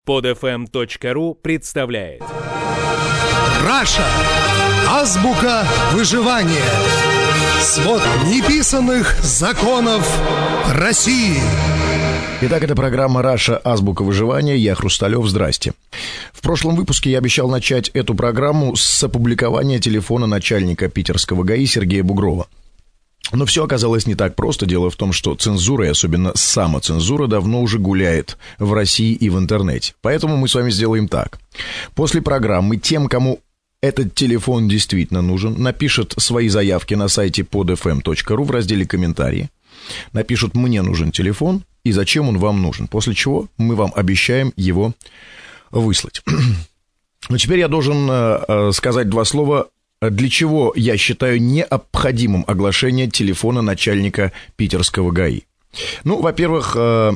Podfm.ru представляет Раша. Азбука выживания. Свод неписанных законов России. Итак, это программа «Раша. Азбука выживания». Я Хрусталев. Здрасте. В прошлом выпуске я обещал начать эту программу с опубликования телефона начальника питерского ГАИ Сергея Бугрова. Но все оказалось не так просто. Дело в том, что цензура, и особенно самоцензура, давно уже гуляет в России и в интернете. Поэтому мы с вами сделаем так. После программы тем, кому этот телефон действительно нужен, напишут свои заявки на сайте podfm.ru в разделе «Комментарии». Напишут «Мне нужен телефон» и «Зачем он вам нужен?», после чего мы вам обещаем его выслать. Но теперь я должен сказать два слова, для чего я считаю необходимым оглашение телефона начальника питерского ГАИ. Ну, во-первых,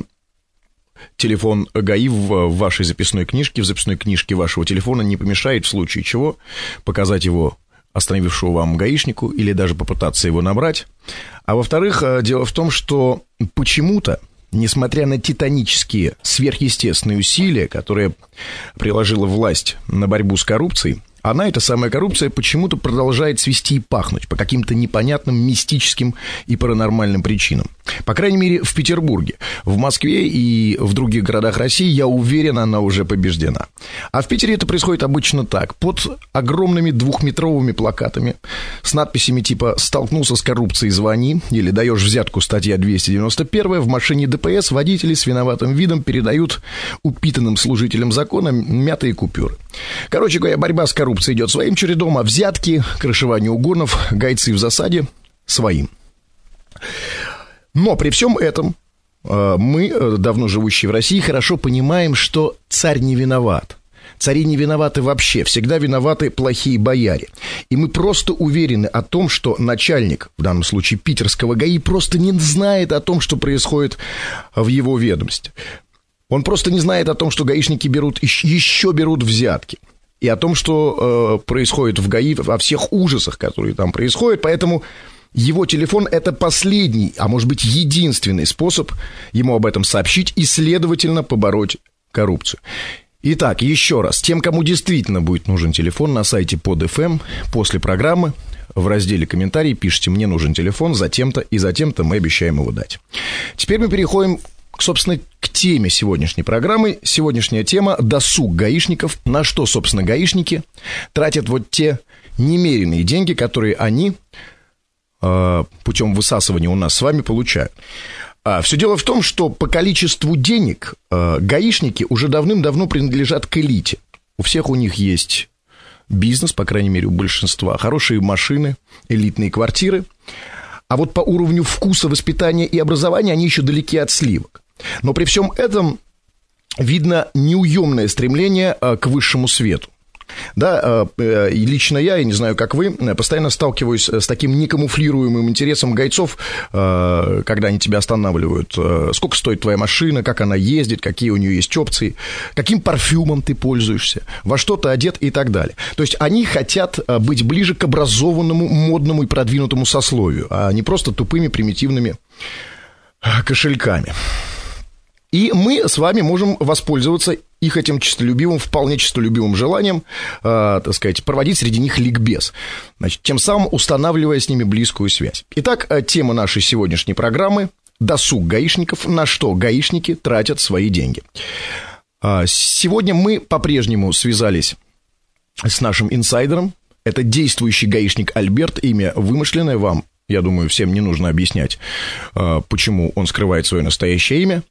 телефон ГАИ в вашей записной книжке, в записной книжке вашего телефона не помешает в случае чего показать его остановившего вам гаишнику или даже попытаться его набрать. А во-вторых, дело в том, что почему-то, несмотря на титанические сверхъестественные усилия, которые приложила власть на борьбу с коррупцией, она, эта самая коррупция, почему-то продолжает свисти и пахнуть по каким-то непонятным мистическим и паранормальным причинам. По крайней мере, в Петербурге. В Москве и в других городах России, я уверен, она уже побеждена. А в Питере это происходит обычно так. Под огромными двухметровыми плакатами с надписями типа «Столкнулся с коррупцией, звони» или «Даешь взятку, статья 291», в машине ДПС водители с виноватым видом передают упитанным служителям закона мятые купюры. Короче говоря, борьба с коррупцией идет своим чередом, а взятки, крышевание угонов, гайцы в засаде своим. Но при всем этом мы, давно живущие в России, хорошо понимаем, что царь не виноват. Цари не виноваты вообще, всегда виноваты плохие бояре. И мы просто уверены о том, что начальник, в данном случае питерского ГАИ, просто не знает о том, что происходит в его ведомстве. Он просто не знает о том, что гаишники еще берут взятки. И о том, что происходит в ГАИ, о всех ужасах, которые там происходят. Поэтому его телефон – это последний, а может быть единственный способ ему об этом сообщить и, следовательно, побороть коррупцию. Итак, еще раз, тем, кому действительно будет нужен телефон, на сайте PodFM после программы в разделе «Комментарии» пишите «Мне нужен телефон, затем-то и затем-то мы обещаем его дать». Теперь мы переходим, собственно, к теме сегодняшней программы. Сегодняшняя тема – досуг гаишников. На что, собственно, гаишники тратят вот те немеренные деньги, которые они путем высасывания у нас с вами получают. Все дело в том, что по количеству денег гаишники уже давным-давно принадлежат к элите. У всех у них есть бизнес, по крайней мере, у большинства, хорошие машины, элитные квартиры. А вот по уровню вкуса, воспитания и образования они еще далеки от сливок. Но при всем этом видно неуемное стремление к высшему свету. Да, лично я не знаю, как вы, постоянно сталкиваюсь с таким некамуфлируемым интересом гайцов, когда они тебя останавливают. Сколько стоит твоя машина, как она ездит, какие у нее есть опции, каким парфюмом ты пользуешься, во что ты одет и так далее. То есть они хотят быть ближе к образованному, модному и продвинутому сословию, а не просто тупыми, примитивными кошельками. И мы с вами можем воспользоваться их этим честолюбивым, вполне честолюбивым желанием, так сказать, проводить среди них ликбез, значит, тем самым устанавливая с ними близкую связь. Итак, тема нашей сегодняшней программы – досуг гаишников, на что гаишники тратят свои деньги. Сегодня мы по-прежнему связались с нашим инсайдером. Это действующий гаишник Альберт, имя вымышленное, вам, я думаю, всем не нужно объяснять, почему он скрывает свое настоящее имя.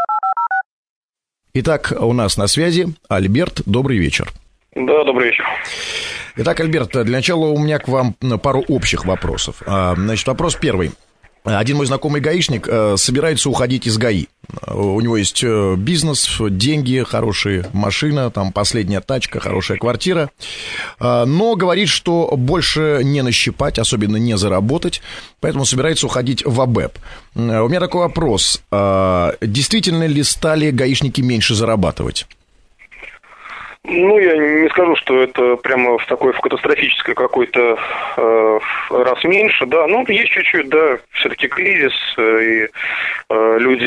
Итак, у нас на связи Альберт. Добрый вечер. Да, добрый вечер. Итак, Альберт, для начала у меня к вам пару общих вопросов. Значит, вопрос первый. Один мой знакомый гаишник собирается уходить из ГАИ. У него есть бизнес, деньги, хорошая машина, там последняя тачка, хорошая квартира. Но говорит, что больше не нащипать, особенно не заработать, поэтому собирается уходить в АБЭП. У меня такой вопрос. Действительно ли стали гаишники меньше зарабатывать? Ну, я не скажу, что это прямо в катастрофической какой-то раз меньше, да. Ну, есть чуть-чуть, да, все-таки кризис, и люди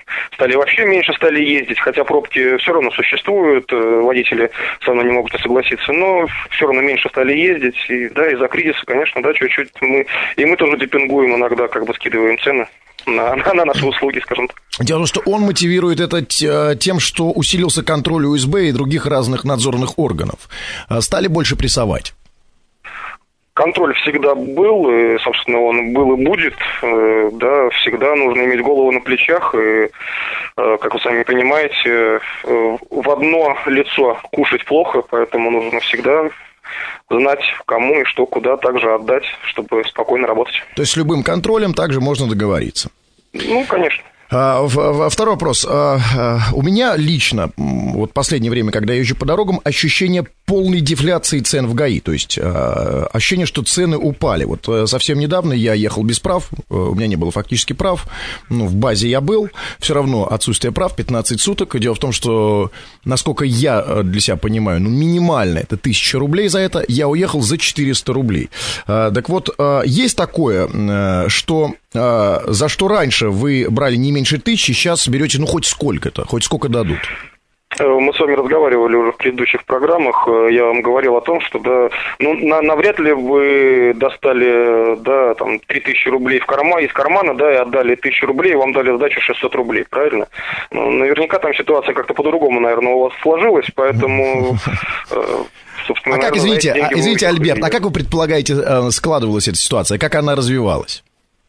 стали вообще меньше стали ездить, хотя пробки все равно существуют, водители со мной не могут не согласиться, но все равно меньше стали ездить, и да, из-за кризиса, конечно, да, чуть-чуть мы тоже демпингуем иногда, как бы скидываем цены на наши услуги, скажем так. Дело в том, что он мотивирует это тем, что усилился контроль УСБ и других разных надзорных органов. Стали больше прессовать. Контроль всегда был, и, собственно, он был и будет, да, всегда нужно иметь голову на плечах, и, как вы сами понимаете, в одно лицо кушать плохо, поэтому нужно всегда знать, кому и что, куда также отдать, чтобы спокойно работать. То есть с любым контролем также можно договориться? Ну, конечно. Второй вопрос. У меня лично, вот в последнее время, когда я езжу по дорогам, ощущение полной дефляции цен в ГАИ. То есть ощущение, что цены упали. Вот совсем недавно я ехал без прав, у меня не было фактически прав, но в базе я был, все равно отсутствие прав 15 суток. Дело в том, что, насколько я для себя понимаю, минимально это 1000 рублей за это, я уехал за 400 рублей. Так вот, есть такое, что за что раньше вы брали не меньше 1000, сейчас берете, хоть сколько-то, хоть сколько дадут? Мы с вами разговаривали уже в предыдущих программах, я вам говорил о том, что, да, навряд ли вы достали, да, там, 3000 рублей из кармана, да, и отдали 1000 рублей, и вам дали сдачу 600 рублей, правильно? Наверняка там ситуация как-то по-другому, наверное, у вас сложилась, поэтому... Собственно, как, извините, Альберт, а как вы предполагаете, складывалась эта ситуация, как она развивалась?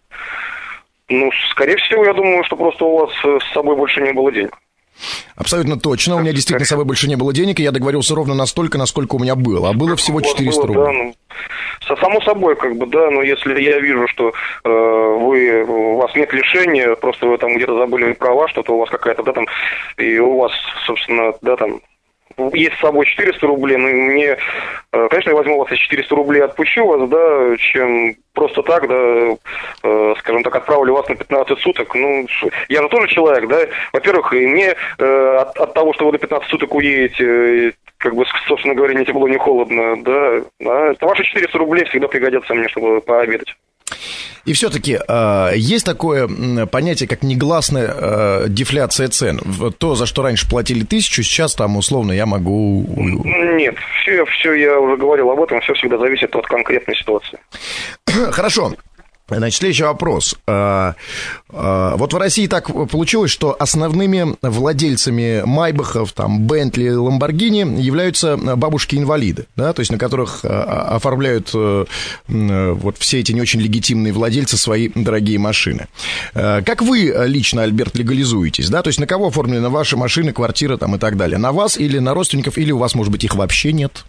Скорее всего, я думаю, что просто у вас с собой больше не было денег. Абсолютно точно. У меня действительно с собой больше не было денег, и я договорился ровно настолько, насколько у меня было. А было всего 400 рублей. Да, само собой, как бы, да, но если я вижу, что у вас нет лишения, просто вы там где-то забыли права, что-то у вас какая-то, да, там, и у вас, собственно, да, там, есть с собой 400 рублей, но мне, конечно, я возьму у вас эти 400 рублей, отпущу вас, да, чем просто так, да, скажем так, отправлю вас на 15 суток. Я же тоже человек, да, во-первых, и мне от того, что вы на 15 суток уедете, как бы, собственно говоря, ни тепло, ни холодно, да, это ваши 400 рублей всегда пригодятся мне, чтобы пообедать. И все-таки есть такое понятие, как негласная дефляция цен. То, за что раньше платили 1000, сейчас там условно я могу... Нет, все я уже говорил об этом, все всегда зависит от конкретной ситуации. Хорошо. Значит, следующий вопрос. Вот в России так получилось, что основными владельцами Майбахов, там, Бентли, Ламборгини являются бабушки-инвалиды, да, то есть на которых оформляют вот все эти не очень легитимные владельцы свои дорогие машины. Как вы лично, Альберт, легализуетесь, да, то есть на кого оформлены ваши машины, квартира там и так далее? На вас или на родственников, или у вас, может быть, их вообще нет?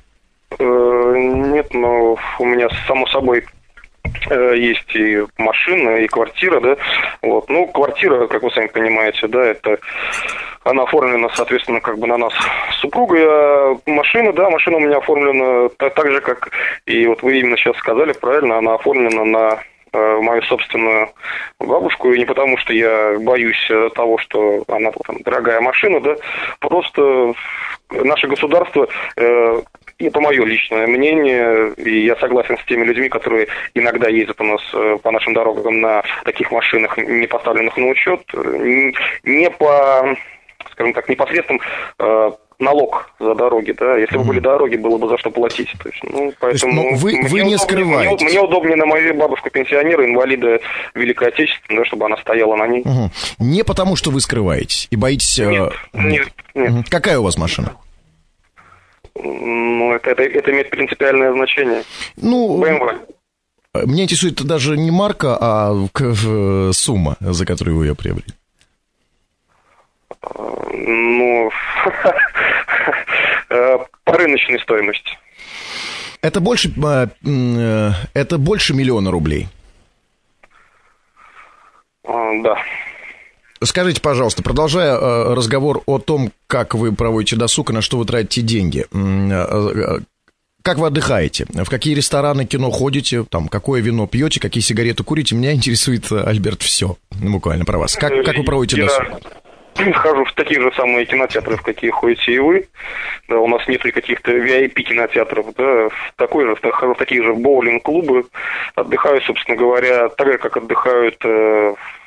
Нет, но у меня, само собой, есть и машина, и квартира, да, вот, квартира, как вы сами понимаете, да, это, она оформлена, соответственно, как бы на нас с супругой, а машина у меня оформлена так же, как, и вот вы именно сейчас сказали правильно, она оформлена на мою собственную бабушку, и не потому, что я боюсь того, что она там дорогая машина, да, просто наше государство... Это мое личное мнение, и я согласен с теми людьми, которые иногда ездят у нас по нашим дорогам на таких машинах, не поставленных на учет, не по, скажем так, непосредственным налог за дороги, да, если бы были дороги, было бы за что платить. То есть, поэтому вы не скрываете. Мне удобнее на мою бабушку-пенсионера, инвалида Великой Отечественной, да, чтобы она стояла на ней. Не потому, что вы скрываетесь и боитесь... Нет. Какая у вас машина? Это имеет принципиальное значение. BMW. Меня интересует даже не марка, а сумма, за которую вы ее приобрели. По рыночной стоимости. Это больше 1 миллиона рублей? Да. Скажите, пожалуйста, продолжая разговор о том, как вы проводите досуг и на что вы тратите деньги, как вы отдыхаете? В какие рестораны, кино ходите? Там, какое вино пьете? Какие сигареты курите? Меня интересует, Альберт, все буквально про вас. Как вы проводите досуг? Я хожу в такие же самые кинотеатры, в какие ходите и вы. Да, у нас нет каких-то VIP-кинотеатров, да, хожу в такие же боулинг-клубы. Отдыхаю, собственно говоря, так же, как отдыхают...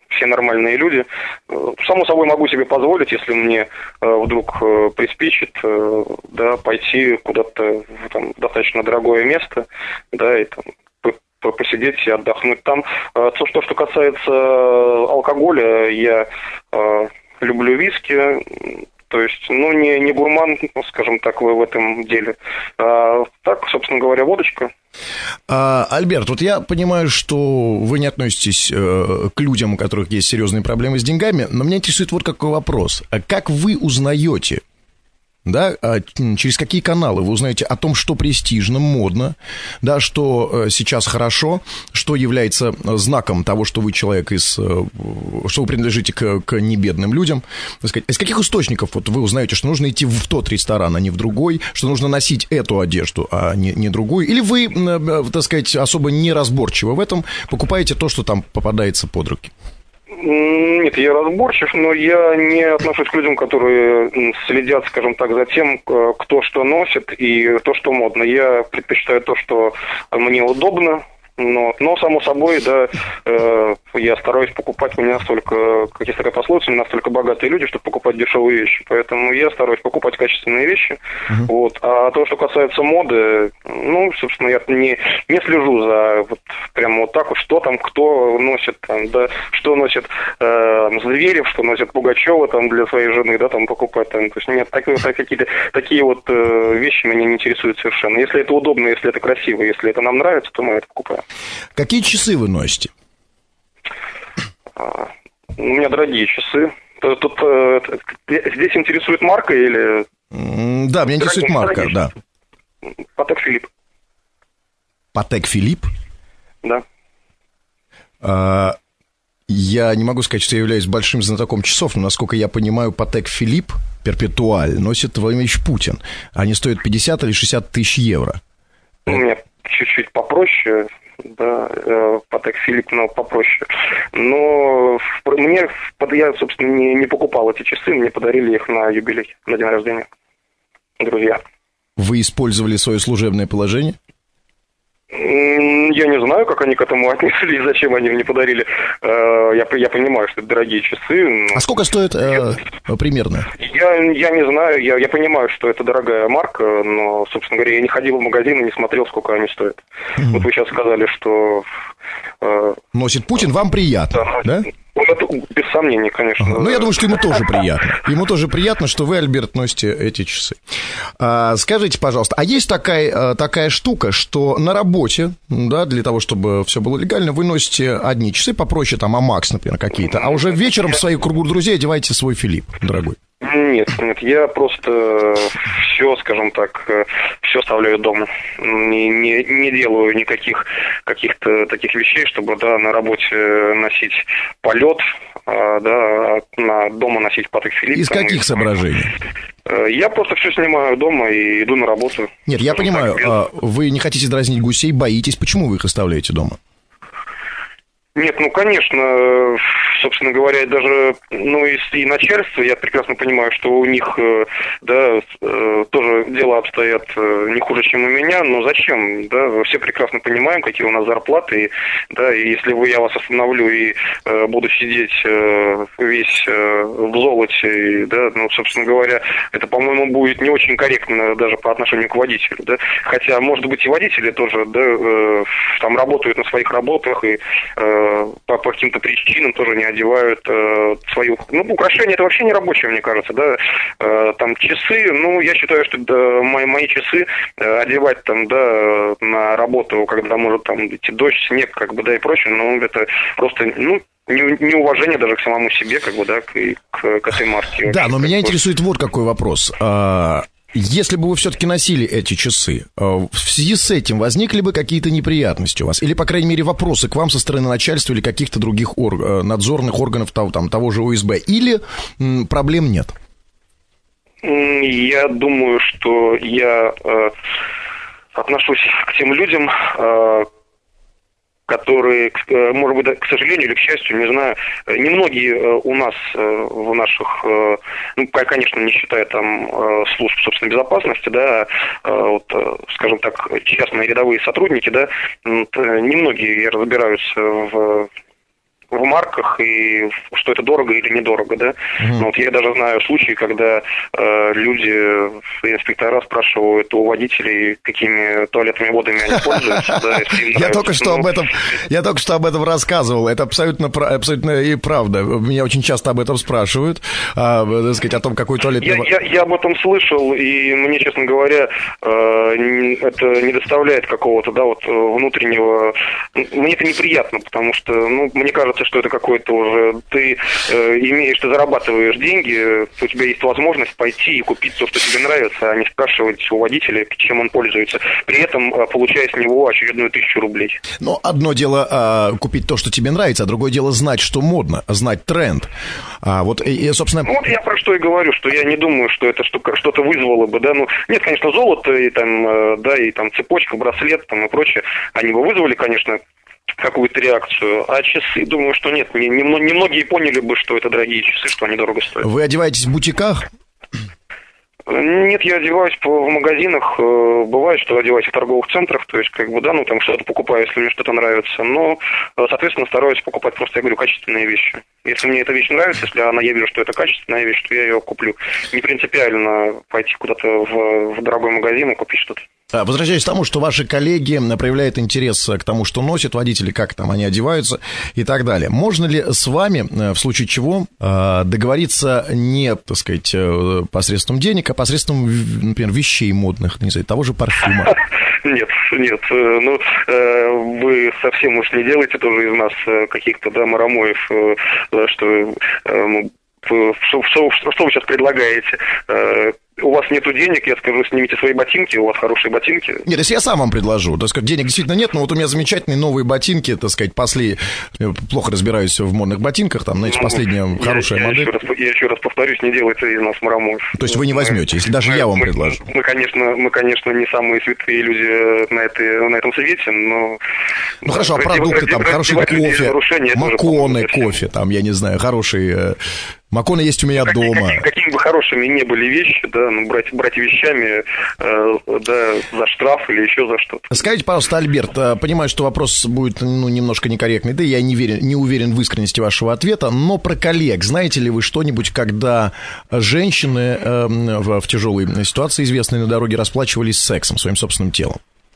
все нормальные люди. Само собой могу себе позволить, если мне вдруг приспичит, да, пойти куда-то в там достаточно дорогое место, да, и там посидеть и отдохнуть там. То, что касается алкоголя, я люблю виски, то есть, ну, не гурман, скажем так, в этом деле. Так, собственно говоря, водочка. Альберт, вот я понимаю, что вы не относитесь к людям, у которых есть серьезные проблемы с деньгами, но меня интересует вот какой вопрос. Как вы узнаете, да, через какие каналы вы узнаете о том, что престижно, модно, да, что сейчас хорошо, что является знаком того, что вы человек что вы принадлежите к небедным людям, так сказать. Из каких источников вот вы узнаете, что нужно идти в тот ресторан, а не в другой, что нужно носить эту одежду, а не другую, или вы, так сказать, особо неразборчивы в этом, покупаете то, что там попадается под руки? Нет, я разборчив, но я не отношусь к людям, которые следят, скажем так, за тем, кто что носит и то, что модно. Я предпочитаю то, что мне удобно. Но само собой, да, я стараюсь покупать, у меня настолько, как есть такая пословица, у меня настолько богатые люди, чтобы покупать дешевые вещи, поэтому я стараюсь покупать качественные вещи, вот. А то, что касается моды, ну, собственно, я не слежу за вот прямо вот так вот, что там, кто носит, там, да, что носит Зверев, что носит Пугачева там для своей жены, да, там покупать, там, то есть нет, какие-то такие вот вещи меня не интересуют совершенно. Если это удобно, если это красиво, если это нам нравится, то мы это покупаем. Какие часы вы носите? У меня дорогие часы. Тут здесь интересует марка или... Да, меня интересует марка, да. Patek Philippe. Patek Philippe? Да. Я не могу сказать, что я являюсь большим знатоком часов, но, насколько я понимаю, Patek Philippe Perpetual носит Владимир Путин. Они стоят 50 или 60 тысяч евро. У меня чуть-чуть попроще, да, Patek Philippe, но попроще. Но я, собственно, не покупал эти часы, мне подарили их на юбилей, на день рождения. Друзья. Вы использовали свое служебное положение? Я не знаю, как они к этому отнеслись, зачем они мне подарили. Я понимаю, что это дорогие часы. Но... А сколько стоит примерно? Я не знаю, я понимаю, что это дорогая марка, но, собственно говоря, я не ходил в магазин и не смотрел, сколько они стоят. Вот вы сейчас сказали, что... Носит Путин, вам приятно, да? Это без сомнений, конечно. Ну, я думаю, что ему тоже приятно. Ему тоже приятно, что вы, Альберт, носите эти часы. Скажите, пожалуйста, а есть такая штука, что на работе, да, для того, чтобы все было легально, вы носите одни часы попроще, там, Амакс, например, какие-то, а уже вечером в свою кругу друзей одеваете свой Филипп, дорогой? Нет, я просто все, скажем так, все оставляю дома. Не делаю никаких каких-то таких вещей, чтобы, да, на работе носить полет, да, дома носить Patek Philippe. Из каких соображений? Я просто все снимаю дома и иду на работу. Нет, я понимаю, вы не хотите дразнить гусей, боитесь, почему вы их оставляете дома? Нет, ну, конечно, собственно говоря, даже, ну, и начальство, я прекрасно понимаю, что у них, да, тоже дела обстоят не хуже, чем у меня, но зачем, да, мы все прекрасно понимаем, какие у нас зарплаты, и, да, и если я вас остановлю и буду сидеть весь в золоте, да, ну, собственно говоря, это, по-моему, будет не очень корректно даже по отношению к водителю, да, хотя, может быть, и водители тоже, да, там работают на своих работах и по каким-то причинам тоже не одевают свою... Ну, украшения это вообще не рабочее, мне кажется, да. Там часы, ну, я считаю, что да, мои часы одевать там, да, на работу, когда может там идти дождь, снег, как бы, да, и прочее, ну, это просто, ну, неуважение даже к самому себе, как бы, да, к этой марке. Да, но меня интересует вот какой вопрос. Если бы вы все-таки носили эти часы, в связи с этим возникли бы какие-то неприятности у вас? Или, по крайней мере, вопросы к вам со стороны начальства или каких-то других надзорных органов того же УСБ? Или проблем нет? Я думаю, что я отношусь к тем людям, которые, может быть, к сожалению или к счастью, не знаю, немногие у нас в наших, ну, конечно, не считая там служб собственной безопасности, да, вот, скажем так, частные рядовые сотрудники, да, немногие разбираются в в марках и что это дорого или недорого, да. Но вот я даже знаю случаи, когда люди, инспектора спрашивают у водителей, какими туалетными водами они пользуются, да, если им Я только что об этом рассказывал. Это абсолютно и правда. Меня очень часто об этом спрашивают, так сказать, о том, какой туалетный... Я об этом слышал, и мне, честно говоря, это не доставляет какого-то, да, вот внутреннего... Мне это неприятно, потому что, мне кажется, что это какой-то уже... Ты зарабатываешь деньги, у тебя есть возможность пойти и купить то, что тебе нравится, а не спрашивать у водителя, чем он пользуется, при этом получая с него очередную 1000 рублей. Но одно дело купить то, что тебе нравится, а другое дело знать, что модно, знать тренд. Собственно... Вот я про что и говорю, что я не думаю, что это что-то вызвало бы, да, нет, конечно, золото и там цепочка, браслет там и прочее, они бы вызвали, конечно, какую-то реакцию, а часы, думаю, что нет, немногие поняли бы, что это дорогие часы, что они дорого стоят. Вы одеваетесь в бутиках? Нет, я одеваюсь в магазинах, бывает, что одеваюсь в торговых центрах, то есть, там что-то покупаю, если мне что-то нравится, но, соответственно, стараюсь покупать просто, я говорю, качественные вещи. Если мне эта вещь нравится, если я вижу, что это качественная вещь, то я ее куплю. Не принципиально пойти куда-то в дорогой магазин и купить что-то. Возвращаясь к тому, что ваши коллеги проявляют интерес к тому, что носят водители, как там они одеваются и так далее. Можно ли с вами, в случае чего, договориться не, так сказать, посредством денег, а посредством, например, вещей модных, не знаю, того же парфюма? Нет. Вы совсем уж не делаете тоже из нас каких-то, маромоев, что вы сейчас предлагаете? У вас нету денег, я скажу, снимите свои ботинки, у вас хорошие ботинки. Нет, если я сам вам предложу, так сказать, денег действительно нет, но вот у меня замечательные новые ботинки, так сказать, плохо разбираюсь в модных ботинках, там, знаете, последняя хорошая модель. Я еще раз повторюсь, не делайте из нас маромоев. То есть вы не возьмете, если даже я вам предложу? Мы, конечно, не самые святые люди на этом свете, но... хорошо, а продукты, там, хороший кофе, Маконы кофе, там, я не знаю, хороший... Маконы есть у меня дома. Какими бы хорошими ни были вещи, да, брать вещами, за штраф или еще за что-то. Скажите, пожалуйста, Альберт, понимаю, что вопрос будет, немножко некорректный, да, я не уверен в искренности вашего ответа, но про коллег, знаете ли вы что-нибудь, когда женщины в тяжелой ситуации, известные на дороге, расплачивались сексом, своим собственным телом?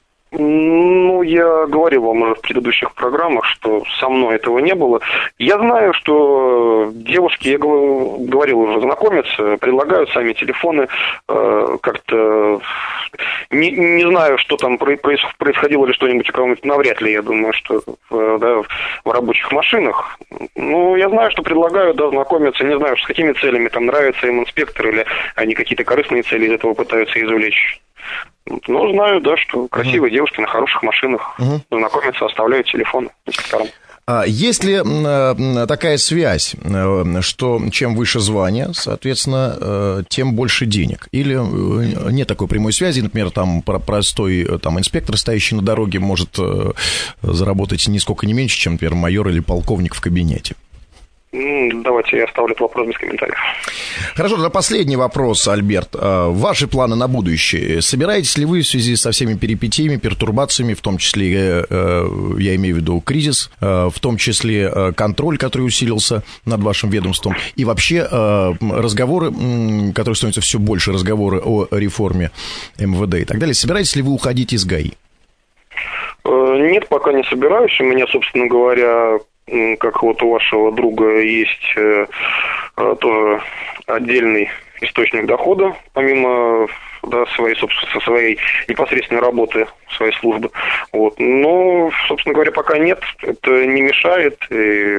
Я говорил вам уже в предыдущих программах, что со мной этого не было. Я знаю, что девушки, я говорил уже, знакомятся, предлагают сами телефоны, как-то... Не знаю, что там происходило или что-нибудь у кого-нибудь, навряд ли, я думаю, что в рабочих машинах. Я знаю, что предлагают, знакомятся, не знаю, с какими целями, там, нравится им инспектор, или они какие-то корыстные цели из этого пытаются извлечь. Знаю, да, что красивые девушки на хороших машинах знакомятся, оставляют телефон инспекторам. Есть ли такая связь, что чем выше звание, соответственно, тем больше денег? Или нет такой прямой связи? Например, там простой инспектор, стоящий на дороге, может заработать нисколько не меньше, чем, например, майор или полковник в кабинете? Давайте я оставлю этот вопрос без комментариев. Хорошо, тогда последний вопрос, Альберт. Ваши планы на будущее. Собираетесь ли вы в связи со всеми перипетиями, пертурбациями, в том числе, я имею в виду кризис, в том числе контроль, который усилился над вашим ведомством, и вообще разговоры, которые становятся все больше, разговоры о реформе МВД и так далее, собираетесь ли вы уходить из ГАИ? Нет, пока не собираюсь. У меня, собственно говоря, как вот у вашего друга есть тоже отдельный источник дохода, помимо своей непосредственной работы, своей службы. Но, собственно говоря, пока нет, это не мешает и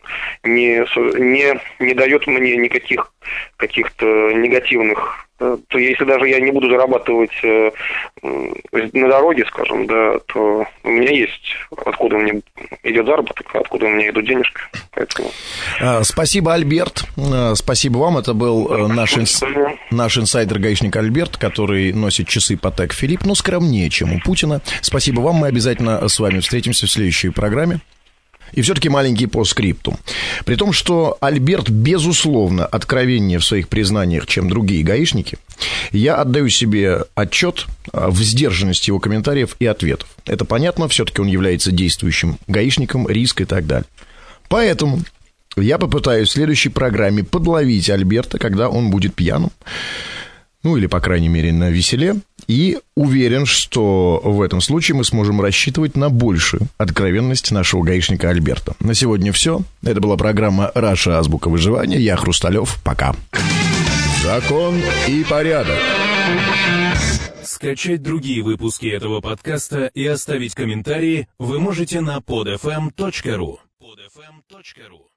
не дает мне никаких каких-то негативных. То если даже я не буду зарабатывать на дороге, скажем, да, то у меня есть откуда мне идет заработок, откуда у меня идут денежки. Поэтому... Спасибо, Альберт. Спасибо вам. Это был наш инсайдер-гаишник Альберт, который носит часы Patek Philippe, но скромнее, чем у Путина. Спасибо вам. Мы обязательно с вами встретимся в следующей программе. И все-таки маленький постскриптум. При том, что Альберт, безусловно, откровеннее в своих признаниях, чем другие гаишники, я отдаю себе отчет в сдержанности его комментариев и ответов. Это понятно, все-таки он является действующим гаишником, риск и так далее. Поэтому я попытаюсь в следующей программе подловить Альберта, когда он будет пьяным. Ну, или, по крайней мере, на веселе. И уверен, что в этом случае мы сможем рассчитывать на большую откровенность нашего гаишника Альберта. На сегодня все. Это была программа «Раша. Азбука выживания». Я Хрусталев. Пока. Закон и порядок. Скачать другие выпуски этого подкаста и оставить комментарии вы можете на podfm.ru.